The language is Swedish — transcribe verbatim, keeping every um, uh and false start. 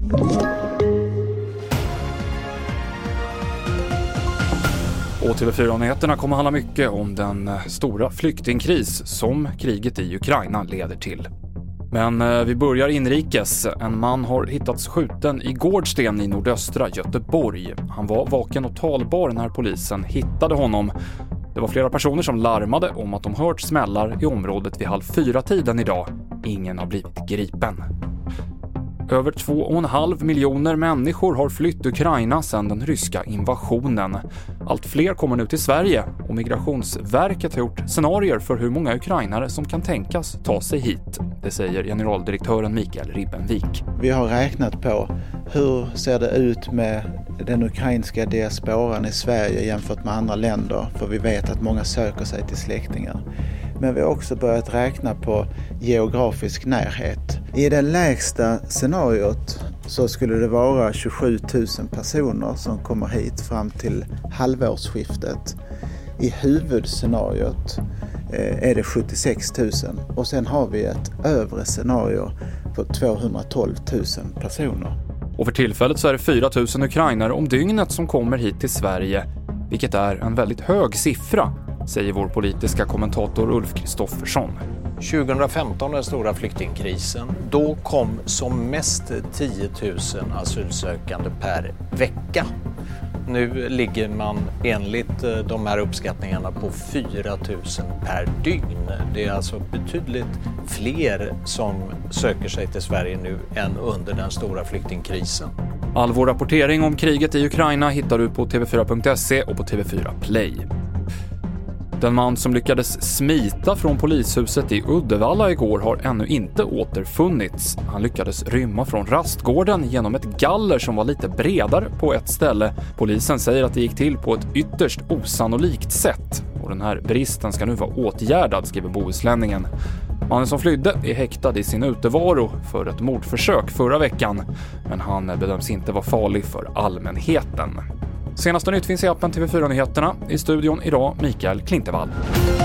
Och T V fyra-nyheterna kommer handla mycket om den stora flyktingkris som kriget i Ukraina leder till. Men vi börjar inrikes. En man har hittats skjuten i Gårdsten i nordöstra Göteborg. Han var vaken och talbar när polisen hittade honom. Det var flera personer som larmade om att de hört smällar i området vid halv fyra tiden idag. Ingen har blivit gripen. Över två och en halv miljoner människor har flytt Ukraina sedan den ryska invasionen. Allt fler kommer nu till Sverige och Migrationsverket har gjort scenarier för hur många ukrainare som kan tänkas ta sig hit. Det säger generaldirektören Mikael Ribbenvik. Vi har räknat på hur ser det ut med den ukrainska diasporan i Sverige jämfört med andra länder, för vi vet att många söker sig till släktingar. Men vi har också börjat räkna på geografisk närhet. I det lägsta scenariot så skulle det vara tjugosju tusen personer som kommer hit fram till halvårsskiftet. I huvudscenariot är det sjuttiosex tusen och sen har vi ett övre scenario på tvåhundratolv tusen personer. Och för tillfället så är det fyra tusen ukrainare om dygnet som kommer hit till Sverige, vilket är en väldigt hög siffra, säger vår politiska kommentator Ulf Kristoffersson. tjugohundrafemton, den stora flyktingkrisen, då kom som mest tio tusen asylsökande per vecka. Nu ligger man enligt de här uppskattningarna på fyra tusen per dygn. Det är alltså betydligt fler som söker sig till Sverige nu än under den stora flyktingkrisen. All vår rapportering om kriget i Ukraina hittar du på t v fyra punkt se och på T V fyra Play. Den man som lyckades smita från polishuset i Uddevalla igår har ännu inte återfunnits. Han lyckades rymma från rastgården genom ett galler som var lite bredare på ett ställe. Polisen säger att det gick till på ett ytterst osannolikt sätt. Och den här bristen ska nu vara åtgärdad, skriver Bohuslänningen. Mannen som flydde är häktad i sin utevaro för ett mordförsök förra veckan. Men han bedöms inte vara farlig för allmänheten. Senaste nytt finns i appen T V fyra-nyheterna. I studion idag Mikael Klintevall.